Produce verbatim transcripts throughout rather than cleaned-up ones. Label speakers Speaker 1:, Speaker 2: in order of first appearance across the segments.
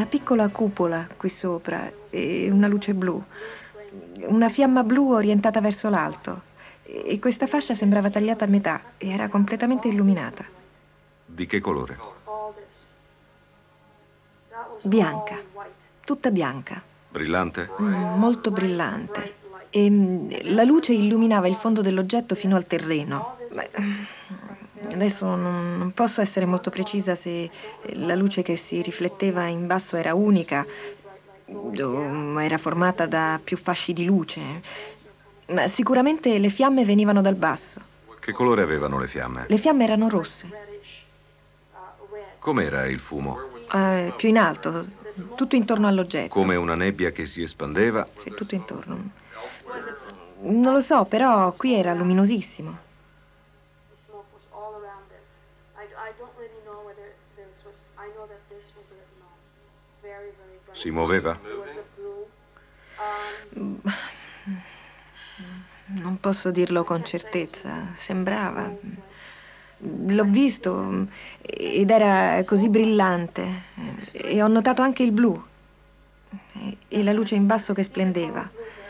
Speaker 1: una piccola cupola qui sopra e una luce blu. Una fiamma blu orientata verso l'alto. E questa fascia sembrava tagliata a metà e era completamente illuminata.
Speaker 2: Di che colore?
Speaker 1: Bianca, tutta bianca.
Speaker 2: Brillante?
Speaker 1: Mm, molto brillante. E mm, la luce illuminava il fondo dell'oggetto fino al terreno. Ma, mm, adesso non, non posso essere molto precisa se la luce che si rifletteva in basso era unica o era formata da più fasci di luce. Ma sicuramente le fiamme venivano dal basso.
Speaker 2: Che colore avevano le fiamme?
Speaker 1: Le fiamme erano rosse.
Speaker 2: Com'era il fumo?
Speaker 1: Eh, più in alto, tutto intorno all'oggetto.
Speaker 2: Come una nebbia che si espandeva?
Speaker 1: Sì, tutto intorno. Non lo so, però qui era luminosissimo.
Speaker 2: Si muoveva?
Speaker 1: Non posso dirlo con certezza, sembrava. L'ho visto ed era così brillante e ho notato anche il blu e la luce in basso che splendeva.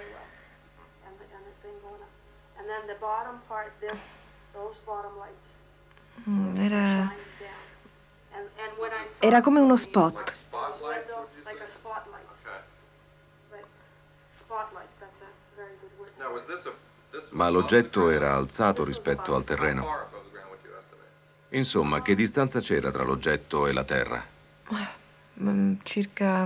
Speaker 1: Era, era come uno spot.
Speaker 2: Ma l'oggetto era alzato rispetto al terreno. Insomma, che distanza c'era tra l'oggetto e la terra?
Speaker 1: Mm, Circa...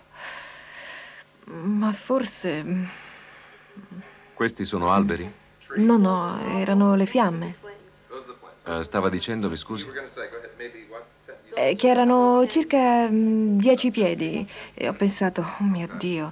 Speaker 1: Ma forse...
Speaker 2: Questi sono alberi?
Speaker 1: No, no, erano le fiamme.
Speaker 2: Eh, stava dicendo, mi scusi?
Speaker 1: Eh, che erano circa mm, dieci piedi. E ho pensato, oh mio Dio.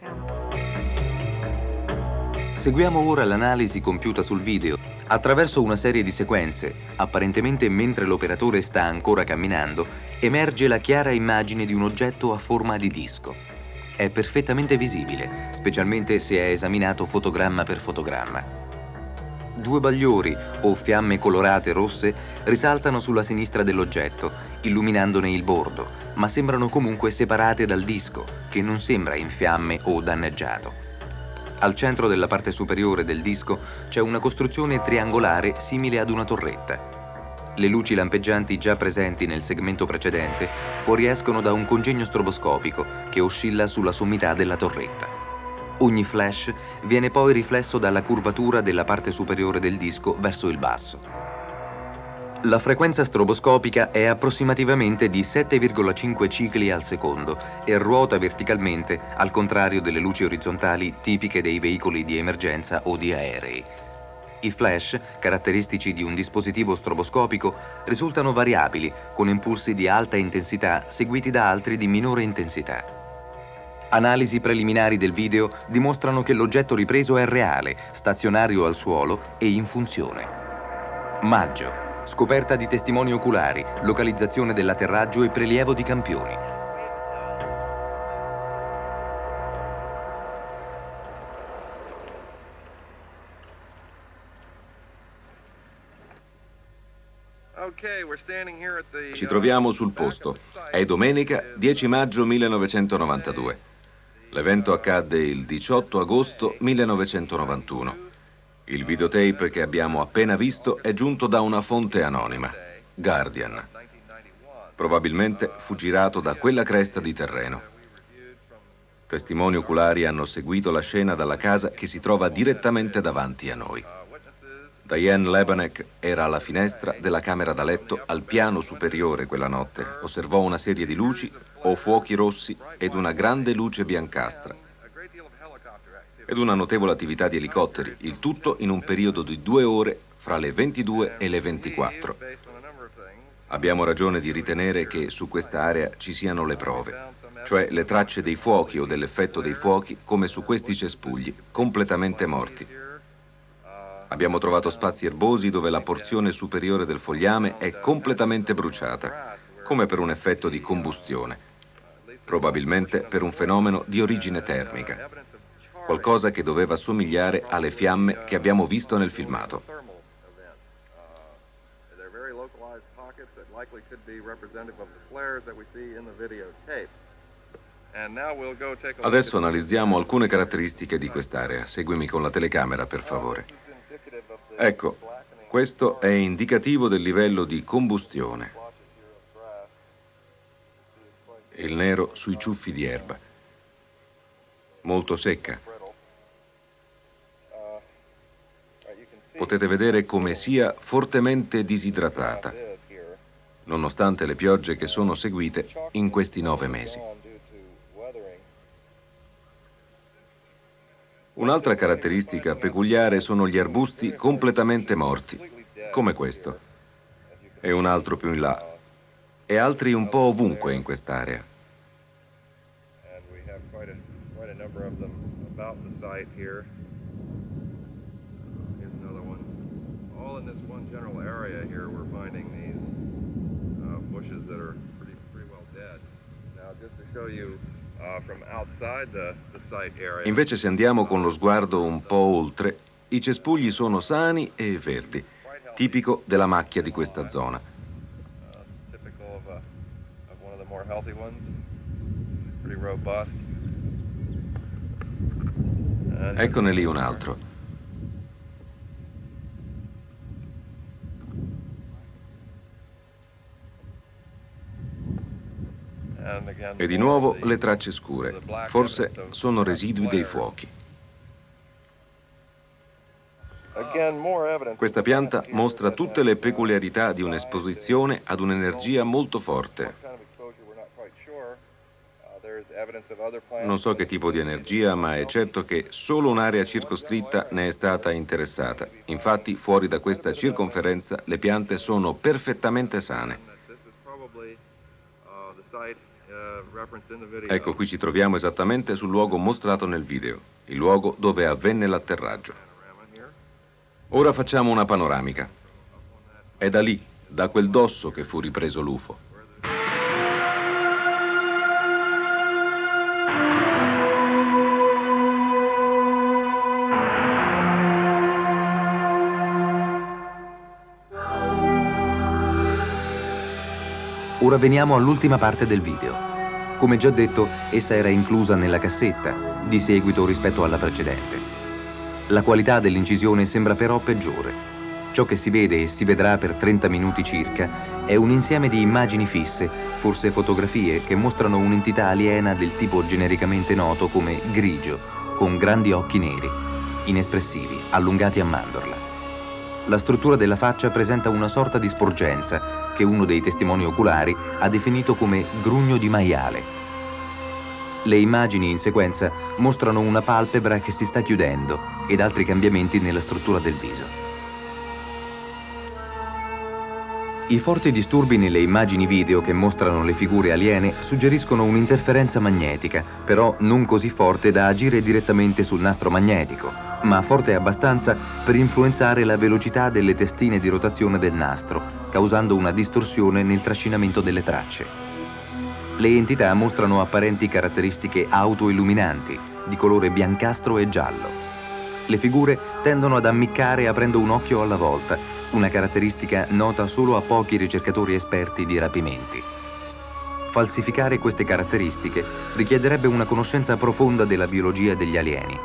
Speaker 3: Seguiamo ora l'analisi compiuta sul video. Attraverso una serie di sequenze, apparentemente mentre l'operatore sta ancora camminando, emerge la chiara immagine di un oggetto a forma di disco. È perfettamente visibile, specialmente se è esaminato fotogramma per fotogramma. Due bagliori o fiamme colorate rosse risaltano sulla sinistra dell'oggetto, illuminandone il bordo, ma sembrano comunque separate dal disco, che non sembra in fiamme o danneggiato. Al centro della parte superiore del disco c'è una costruzione triangolare simile ad una torretta. Le luci lampeggianti già presenti nel segmento precedente fuoriescono da un congegno stroboscopico che oscilla sulla sommità della torretta. Ogni flash viene poi riflesso dalla curvatura della parte superiore del disco verso il basso. La frequenza stroboscopica è approssimativamente di sette virgola cinque cicli al secondo e ruota verticalmente, al contrario delle luci orizzontali tipiche dei veicoli di emergenza o di aerei. I flash, caratteristici di un dispositivo stroboscopico, risultano variabili, con impulsi di alta intensità seguiti da altri di minore intensità. Analisi preliminari del video dimostrano che l'oggetto ripreso è reale, stazionario al suolo e in funzione. Maggio. Scoperta di testimoni oculari, localizzazione dell'atterraggio e prelievo di campioni.
Speaker 2: Ci troviamo sul posto. È domenica dieci maggio millenovecentonovantadue. L'evento accadde il diciotto agosto millenovecentonovantuno. Il videotape che abbiamo appena visto è giunto da una fonte anonima, Guardian. Probabilmente fu girato da quella cresta di terreno. Testimoni oculari hanno seguito la scena dalla casa che si trova direttamente davanti a noi. Diane Lebanek era alla finestra della camera da letto al piano superiore quella notte. Osservò una serie di luci o fuochi rossi ed una grande luce biancastra ed una notevole attività di elicotteri, il tutto in un periodo di due ore fra le ventidue e le ventiquattro. Abbiamo ragione di ritenere che su questa area ci siano le prove, cioè le tracce dei fuochi o dell'effetto dei fuochi, come su questi cespugli, completamente morti. Abbiamo trovato spazi erbosi dove la porzione superiore del fogliame è completamente bruciata, come per un effetto di combustione, probabilmente per un fenomeno di origine termica. Qualcosa che doveva somigliare alle fiamme che abbiamo visto nel filmato. Adesso analizziamo alcune caratteristiche di quest'area. Seguimi con la telecamera, per favore. Ecco, questo è indicativo del livello di combustione. Il nero sui ciuffi di erba. Molto secca. Potete vedere come sia fortemente disidratata, nonostante le piogge che sono seguite in questi nove mesi. Un'altra caratteristica peculiare sono gli arbusti completamente morti, come questo, e un altro più in là, e altri un po' ovunque in quest'area. All in this one general area here, we're finding these uh, bushes that are pretty, pretty well dead. Now, just to show you uh, from outside the, the site area. Invece, se andiamo con lo sguardo un po' oltre, i cespugli sono sani e verdi, tipico della macchia di questa zona. Uh, typical of, a, of one of the more healthy ones, pretty robust. Eccone lì un altro. E di nuovo le tracce scure, forse sono residui dei fuochi. Questa pianta mostra tutte le peculiarità di un'esposizione ad un'energia molto forte. Non so che tipo di energia, ma è certo che solo un'area circoscritta ne è stata interessata. Infatti, fuori da questa circonferenza, le piante sono perfettamente sane. Ecco, qui ci troviamo esattamente sul luogo mostrato nel video, il luogo dove avvenne l'atterraggio. Ora facciamo una panoramica. È da lì, da quel dosso, che fu ripreso l'U F O.
Speaker 3: Ora veniamo all'ultima parte del video. Come già detto, essa era inclusa nella cassetta, di seguito rispetto alla precedente. La qualità dell'incisione sembra però peggiore. Ciò che si vede e si vedrà per trenta minuti circa è un insieme di immagini fisse, forse fotografie, che mostrano un'entità aliena del tipo genericamente noto come grigio, con grandi occhi neri, inespressivi, allungati a mandorla. La struttura della faccia presenta una sorta di sporgenza che uno dei testimoni oculari ha definito come grugno di maiale. Le immagini in sequenza mostrano una palpebra che si sta chiudendo ed altri cambiamenti nella struttura del viso. I forti disturbi nelle immagini video che mostrano le figure aliene suggeriscono un'interferenza magnetica, però non così forte da agire direttamente sul nastro magnetico, ma forte abbastanza per influenzare la velocità delle testine di rotazione del nastro, causando una distorsione nel trascinamento delle tracce. Le entità mostrano apparenti caratteristiche autoilluminanti, di colore biancastro e giallo. Le figure tendono ad ammiccare aprendo un occhio alla volta, una caratteristica nota solo a pochi ricercatori esperti di rapimenti. Falsificare queste caratteristiche richiederebbe una conoscenza profonda della biologia degli alieni.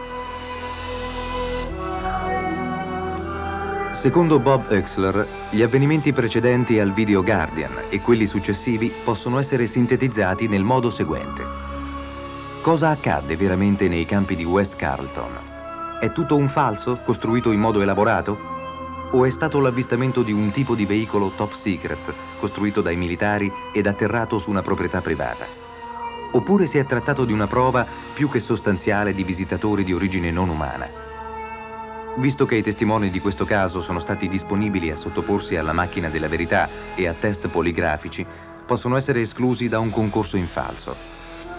Speaker 3: Secondo Bob Oechsler, gli avvenimenti precedenti al video Guardian e quelli successivi possono essere sintetizzati nel modo seguente. Cosa accadde veramente nei campi di West Carleton? È tutto un falso costruito in modo elaborato? O è stato l'avvistamento di un tipo di veicolo top secret costruito dai militari ed atterrato su una proprietà privata? Oppure si è trattato di una prova più che sostanziale di visitatori di origine non umana? Visto che i testimoni di questo caso sono stati disponibili a sottoporsi alla macchina della verità e a test poligrafici, possono essere esclusi da un concorso in falso.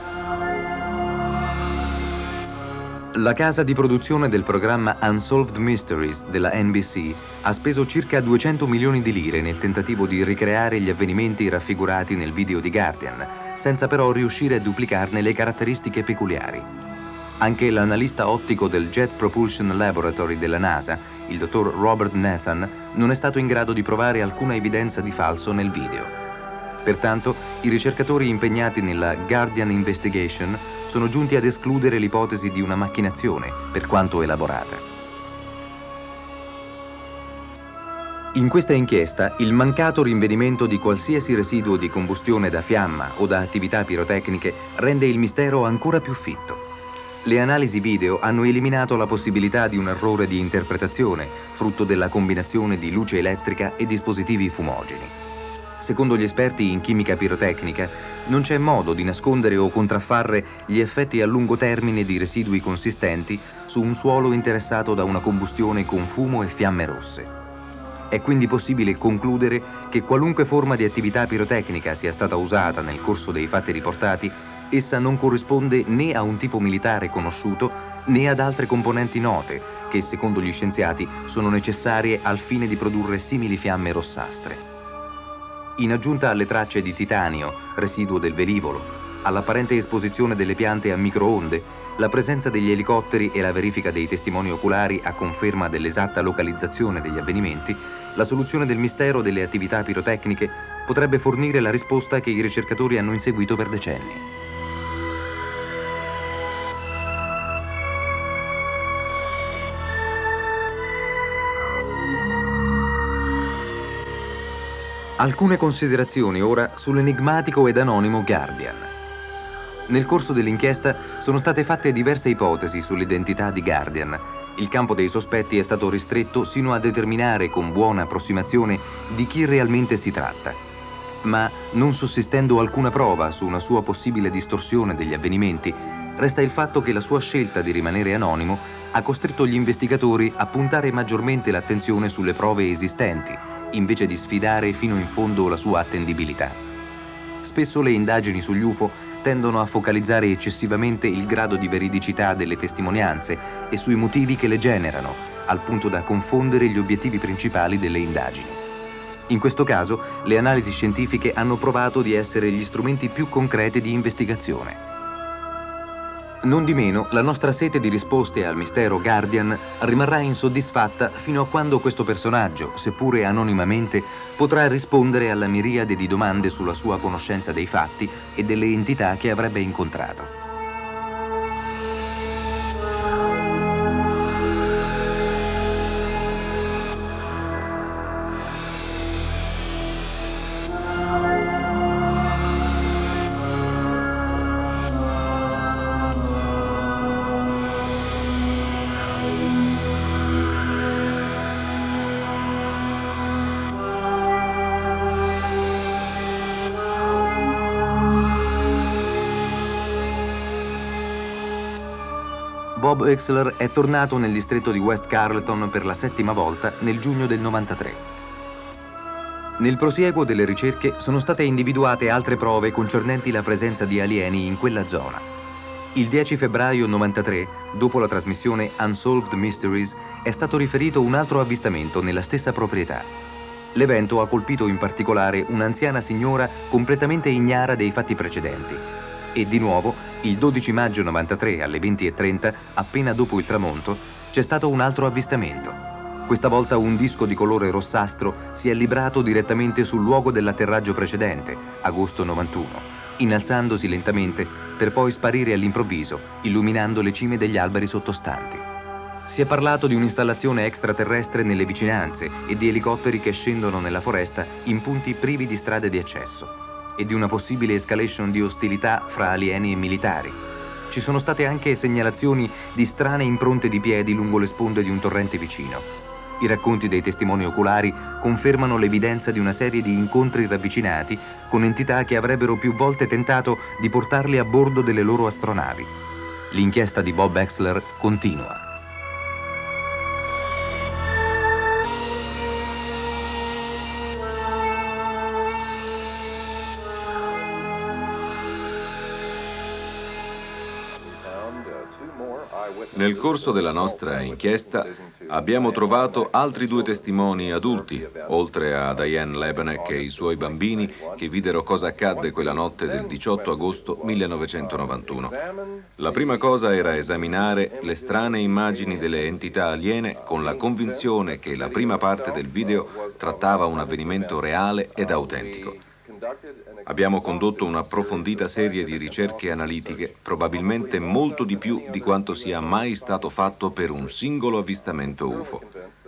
Speaker 3: La casa di produzione del programma Unsolved Mysteries della N B C ha speso circa duecento milioni di lire nel tentativo di ricreare gli avvenimenti raffigurati nel video di Guardian, senza però riuscire a duplicarne le caratteristiche peculiari. Anche l'analista ottico del Jet Propulsion Laboratory della NASA, il dottor Robert Nathan, non è stato in grado di provare alcuna evidenza di falso nel video. Pertanto, i ricercatori impegnati nella Guardian Investigation sono giunti ad escludere l'ipotesi di una macchinazione, per quanto elaborata. In questa inchiesta, il mancato rinvenimento di qualsiasi residuo di combustione da fiamma o da attività pirotecniche rende il mistero ancora più fitto. Le analisi video hanno eliminato la possibilità di un errore di interpretazione, frutto della combinazione di luce elettrica e dispositivi fumogeni. Secondo gli esperti in chimica pirotecnica, non c'è modo di nascondere o contraffare gli effetti a lungo termine di residui consistenti su un suolo interessato da una combustione con fumo e fiamme rosse. È quindi possibile concludere che qualunque forma di attività pirotecnica sia stata usata nel corso dei fatti riportati, essa non corrisponde né a un tipo militare conosciuto né ad altre componenti note che, secondo gli scienziati, sono necessarie al fine di produrre simili fiamme rossastre. In aggiunta alle tracce di titanio, residuo del velivolo, all'apparente esposizione delle piante a microonde, la presenza degli elicotteri e la verifica dei testimoni oculari a conferma dell'esatta localizzazione degli avvenimenti, la soluzione del mistero delle attività pirotecniche potrebbe fornire la risposta che i ricercatori hanno inseguito per decenni. Alcune considerazioni ora sull'enigmatico ed anonimo Guardian. Nel corso dell'inchiesta sono state fatte diverse ipotesi sull'identità di Guardian. Il campo dei sospetti è stato ristretto sino a determinare con buona approssimazione di chi realmente si tratta. Ma, non sussistendo alcuna prova su una sua possibile distorsione degli avvenimenti, resta il fatto che la sua scelta di rimanere anonimo ha costretto gli investigatori a puntare maggiormente l'attenzione sulle prove esistenti, invece di sfidare fino in fondo la sua attendibilità. spesso le indagini sugli U F O tendono a focalizzare eccessivamente il grado di veridicità delle testimonianze e sui motivi che le generano, al punto da confondere gli obiettivi principali delle indagini. In questo caso, le analisi scientifiche hanno provato di essere gli strumenti più concreti di investigazione. Non di meno, la nostra sete di risposte al mistero Guardian rimarrà insoddisfatta fino a quando questo personaggio, seppure anonimamente, potrà rispondere alla miriade di domande sulla sua conoscenza dei fatti e delle entità che avrebbe incontrato. Bob Exler è tornato nel distretto di West Carleton per la settima volta nel giugno del novantatré. Nel prosieguo delle ricerche sono state individuate altre prove concernenti la presenza di alieni in quella zona. Il dieci febbraio novantatré, dopo la trasmissione Unsolved Mysteries, è stato riferito un altro avvistamento nella stessa proprietà. L'evento ha colpito in particolare un'anziana signora completamente ignara dei fatti precedenti. E di nuovo, il dodici maggio novantatré alle venti e trenta, appena dopo il tramonto, c'è stato un altro avvistamento. Questa volta un disco di colore rossastro si è librato direttamente sul luogo dell'atterraggio precedente, agosto novantuno, innalzandosi lentamente per poi sparire all'improvviso, illuminando le cime degli alberi sottostanti. Si è parlato di un'installazione extraterrestre nelle vicinanze e di elicotteri che scendono nella foresta in punti privi di strade di accesso, e di una possibile escalation di ostilità fra alieni e militari. Ci sono state anche segnalazioni di strane impronte di piedi lungo le sponde di un torrente vicino. I racconti dei testimoni oculari confermano l'evidenza di una serie di incontri ravvicinati con entità che avrebbero più volte tentato di portarli a bordo delle loro astronavi. L'inchiesta di Bob Exler continua.
Speaker 2: Nel corso della nostra inchiesta abbiamo trovato altri due testimoni adulti, oltre a Diane Lebenek e i suoi bambini, che videro cosa accadde quella notte del diciotto agosto millenovecentonovantuno. La prima cosa era esaminare le strane immagini delle entità aliene con la convinzione che la prima parte del video trattava un avvenimento reale ed autentico. Abbiamo condotto un'approfondita serie di ricerche analitiche, probabilmente molto di più di quanto sia mai stato fatto per un singolo avvistamento U F O.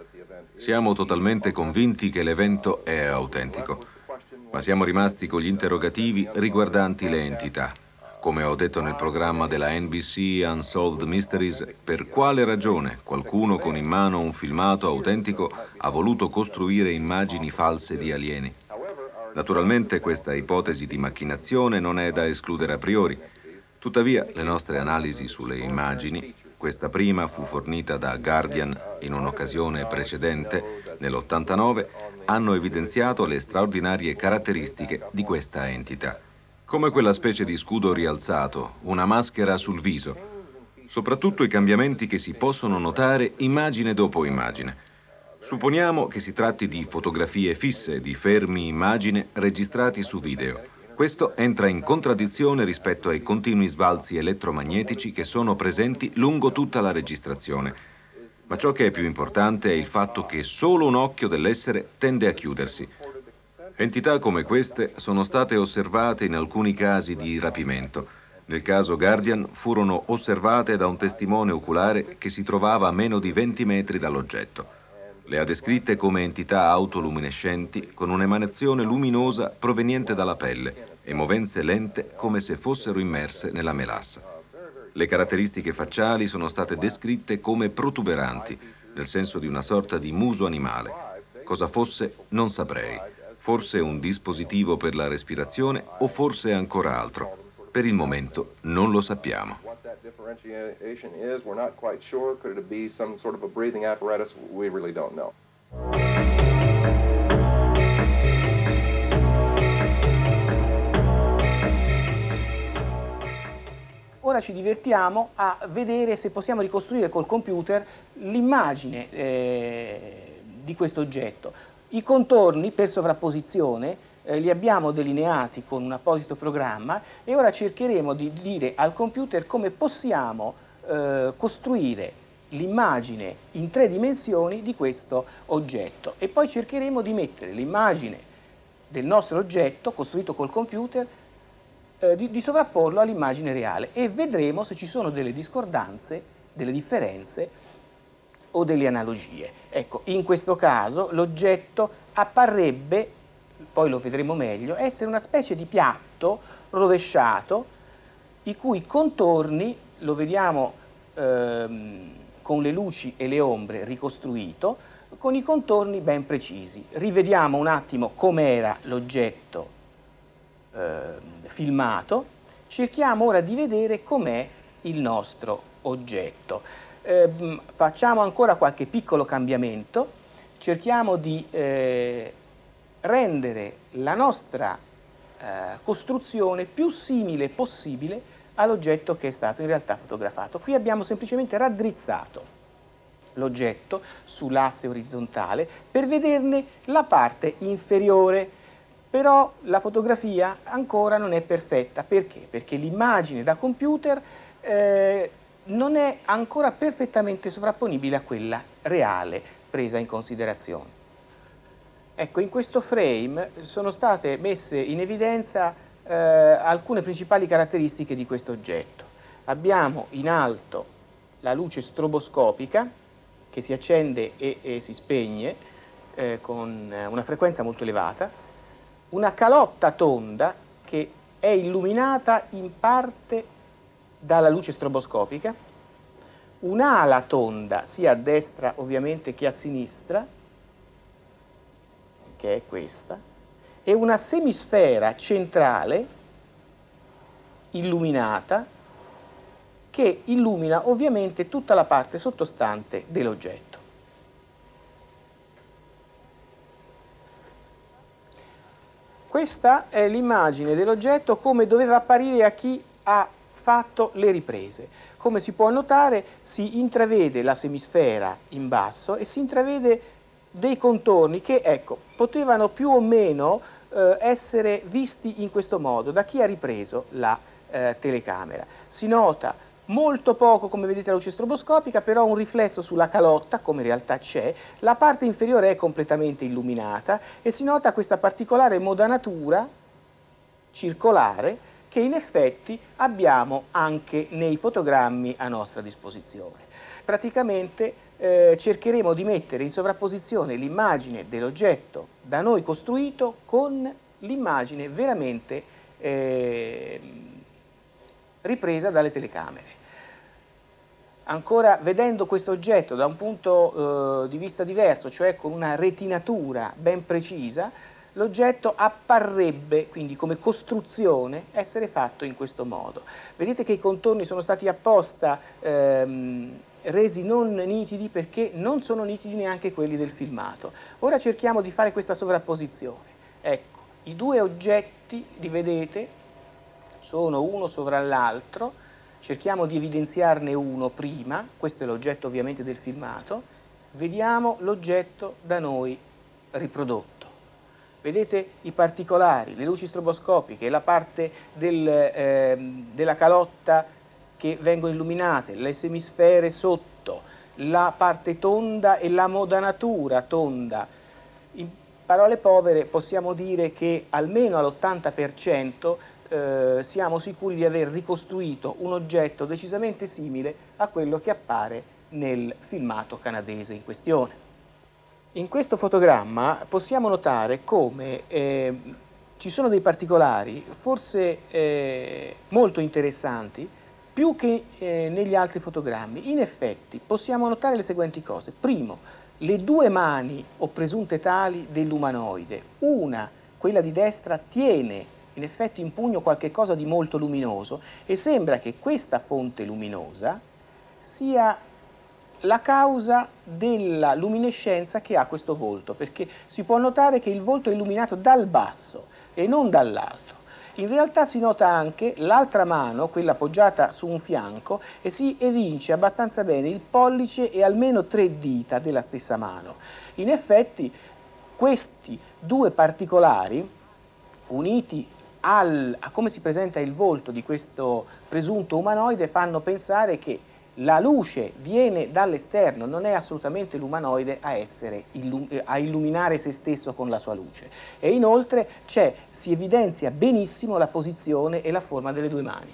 Speaker 2: Siamo totalmente convinti che l'evento è autentico, ma siamo rimasti con gli interrogativi riguardanti le entità. Come ho detto nel programma della N B C Unsolved Mysteries, per quale ragione qualcuno con in mano un filmato autentico ha voluto costruire immagini false di alieni? Naturalmente questa ipotesi di macchinazione non è da escludere a priori. Tuttavia, le nostre analisi sulle immagini, questa prima fu fornita da Guardian in un'occasione precedente, nell'ottantanove, hanno evidenziato le straordinarie caratteristiche di questa entità. Come quella specie di scudo rialzato, una maschera sul viso. Soprattutto i cambiamenti che si possono notare immagine dopo immagine. Supponiamo che si tratti di fotografie fisse di fermi immagine registrati su video. Questo entra in contraddizione rispetto ai continui sbalzi elettromagnetici che sono presenti lungo tutta la registrazione. Ma ciò che è più importante è il fatto che solo un occhio dell'essere tende a chiudersi. Entità come queste sono state osservate in alcuni casi di rapimento. Nel caso Guardian furono osservate da un testimone oculare che si trovava a meno di venti metri dall'oggetto. Le ha descritte come entità autoluminescenti con un'emanazione luminosa proveniente dalla pelle e movenze lente come se fossero immerse nella melassa. Le caratteristiche facciali sono state descritte come protuberanti, nel senso di una sorta di muso animale. Cosa fosse non saprei. Forse un dispositivo per la respirazione o forse ancora altro. Per il momento non lo sappiamo.
Speaker 4: Differentiation is, we're not quite sure. Could it be some sort of a breathing apparatus? We really don't know.
Speaker 5: ora ci divertiamo a vedere se possiamo ricostruire col computer l'immagine eh, di questo oggetto. I contorni per sovrapposizione eh, li abbiamo delineati con un apposito programma e ora cercheremo di dire al computer come possiamo eh, costruire l'immagine in tre dimensioni di questo oggetto e poi cercheremo di mettere l'immagine del nostro oggetto costruito col computer eh, di, di sovrapporlo all'immagine reale e vedremo se ci sono delle discordanze, delle differenze o delle analogie. Ecco, in questo caso l'oggetto apparrebbe, poi lo vedremo meglio, essere una specie di piatto rovesciato i cui contorni, lo vediamo ehm, con le luci e le ombre ricostruito, con i contorni ben precisi. Rivediamo un attimo com'era l'oggetto eh, filmato, cerchiamo ora di vedere com'è il nostro oggetto. Eh, facciamo ancora qualche piccolo cambiamento, cerchiamo di eh, rendere la nostra eh, costruzione più simile possibile all'oggetto che è stato in realtà fotografato. Qui abbiamo semplicemente raddrizzato l'oggetto sull'asse orizzontale per vederne la parte inferiore, però la fotografia ancora non è perfetta. Perché? Perché l'immagine da computer eh, non è ancora perfettamente sovrapponibile a quella reale presa in considerazione. Ecco, in questo frame sono state messe in evidenza eh, alcune principali caratteristiche di questo oggetto. Abbiamo in alto la luce stroboscopica che si accende e, e si spegne eh, con una frequenza molto elevata, una calotta tonda che è illuminata in parte dalla luce stroboscopica, un'ala tonda sia a destra ovviamente che a sinistra, che è questa, e una semisfera centrale illuminata che illumina ovviamente tutta la parte sottostante dell'oggetto. Questa è l'immagine dell'oggetto come doveva apparire a chi ha fatto le riprese. Come si può notare, si intravede la semisfera in basso e si intravede dei contorni che, ecco, potevano più o meno eh, essere visti in questo modo da chi ha ripreso la eh, telecamera. Si nota molto poco, come vedete, la luce stroboscopica, però un riflesso sulla calotta, come in realtà c'è, la parte inferiore è completamente illuminata e si nota questa particolare modanatura circolare che in effetti abbiamo anche nei fotogrammi a nostra disposizione. Praticamente eh, cercheremo di mettere in sovrapposizione l'immagine dell'oggetto da noi costruito con l'immagine veramente eh, ripresa dalle telecamere. Ancora vedendo questo oggetto da un punto eh, di vista diverso, cioè con una retinatura ben precisa, l'oggetto apparrebbe, quindi come costruzione, essere fatto in questo modo. Vedete che i contorni sono stati apposta ehm, resi non nitidi perché non sono nitidi neanche quelli del filmato. Ora cerchiamo di fare questa sovrapposizione. Ecco, i due oggetti, li vedete, sono uno sovra l'altro. Cerchiamo di evidenziarne uno prima, questo è l'oggetto ovviamente del filmato, vediamo l'oggetto da noi riprodotto. Vedete i particolari, le luci stroboscopiche, la parte del, eh, della calotta che vengono illuminate, le semisfere sotto, la parte tonda e la modanatura tonda. In parole povere possiamo dire che almeno all'ottanta per cento Eh, siamo sicuri di aver ricostruito un oggetto decisamente simile a quello che appare nel filmato canadese in questione. In questo fotogramma possiamo notare come eh, ci sono dei particolari forse eh, molto interessanti, più che eh, negli altri fotogrammi. In effetti possiamo notare le seguenti cose. Primo, le due mani o presunte tali dell'umanoide. Una, quella di destra, tiene in effetti in pugno qualche cosa di molto luminoso e sembra che questa fonte luminosa sia la causa della luminescenza che ha questo volto, perché si può notare che il volto è illuminato dal basso e non dall'alto. In realtà si nota anche l'altra mano, quella appoggiata su un fianco, e si evince abbastanza bene il pollice e almeno tre dita della stessa mano. In effetti questi due particolari, uniti al, a come si presenta il volto di questo presunto umanoide, fanno pensare che la luce viene dall'esterno, non è assolutamente l'umanoide a, essere, a illuminare se stesso con la sua luce. E inoltre si evidenzia benissimo la posizione e la forma delle due mani.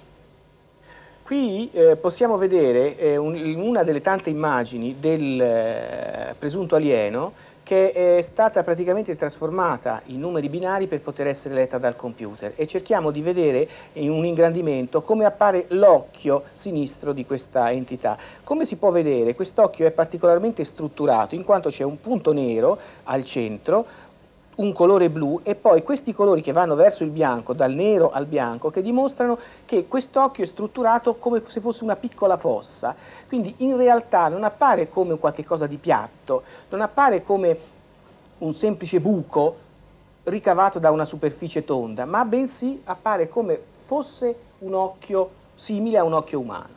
Speaker 5: Qui eh, possiamo vedere eh, un, una delle tante immagini del eh, presunto alieno, che è stata praticamente trasformata in numeri binari per poter essere letta dal computer, e cerchiamo di vedere in un ingrandimento come appare l'occhio sinistro di questa entità. Come si può vedere, quest'occhio è particolarmente strutturato in quanto c'è un punto nero al centro, un colore blu e poi questi colori che vanno verso il bianco, dal nero al bianco, che dimostrano che quest'occhio è strutturato come se fosse una piccola fossa. Quindi in realtà non appare come qualche cosa di piatto, non appare come un semplice buco ricavato da una superficie tonda, ma bensì appare come fosse un occhio simile a un occhio umano.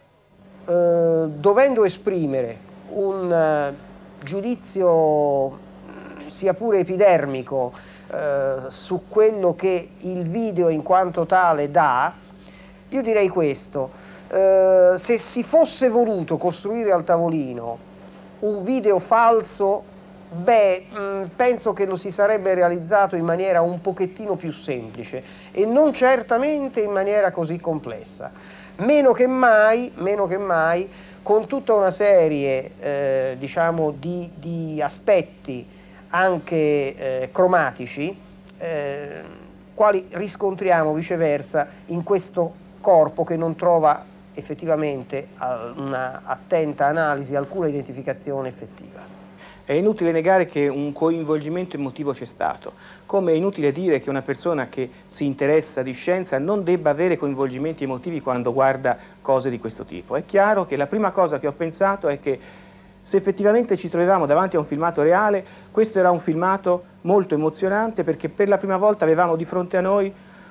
Speaker 6: Eh, dovendo esprimere un uh, giudizio sia pure epidermico eh, su quello che il video in quanto tale dà, io direi questo: eh, se si fosse voluto costruire al tavolino un video falso, beh, mh, penso che lo si sarebbe realizzato in maniera un pochettino più semplice e non certamente in maniera così complessa, meno che mai, meno che mai con tutta una serie eh, diciamo di, di aspetti anche eh, cromatici, eh, quali riscontriamo viceversa in questo corpo che non trova effettivamente una attenta analisi, alcuna identificazione effettiva.
Speaker 5: È inutile negare che un coinvolgimento emotivo c'è stato, come è inutile dire che una persona che si interessa di scienza non debba avere coinvolgimenti emotivi quando guarda cose di questo tipo. È chiaro che la prima cosa che ho pensato è che se effettivamente ci trovavamo davanti a un filmato reale, questo era un filmato molto emozionante, perché per la prima volta avevamo di fronte a noi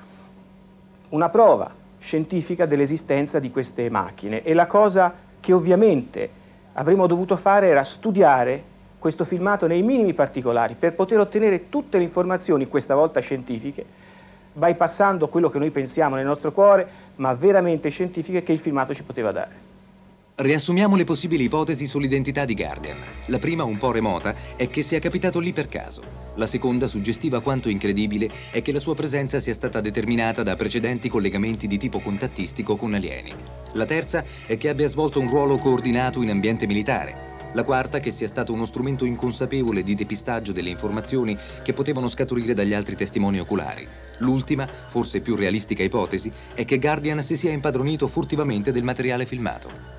Speaker 5: una prova scientifica dell'esistenza di queste macchine, e la cosa che ovviamente avremmo dovuto fare era studiare questo filmato nei minimi particolari per poter ottenere tutte le informazioni, questa volta scientifiche, bypassando quello che noi pensiamo nel nostro cuore, ma veramente scientifiche, che il filmato ci poteva dare.
Speaker 3: Riassumiamo le possibili ipotesi sull'identità di Guardian. La prima, un po' remota, è che sia capitato lì per caso. La seconda, suggestiva quanto incredibile, è che la sua presenza sia stata determinata da precedenti collegamenti di tipo contattistico con alieni. La terza è che abbia svolto un ruolo coordinato in ambiente militare. La quarta, che sia stato uno strumento inconsapevole di depistaggio delle informazioni che potevano scaturire dagli altri testimoni oculari. L'ultima, forse più realistica ipotesi, è che Guardian si sia impadronito furtivamente del materiale filmato.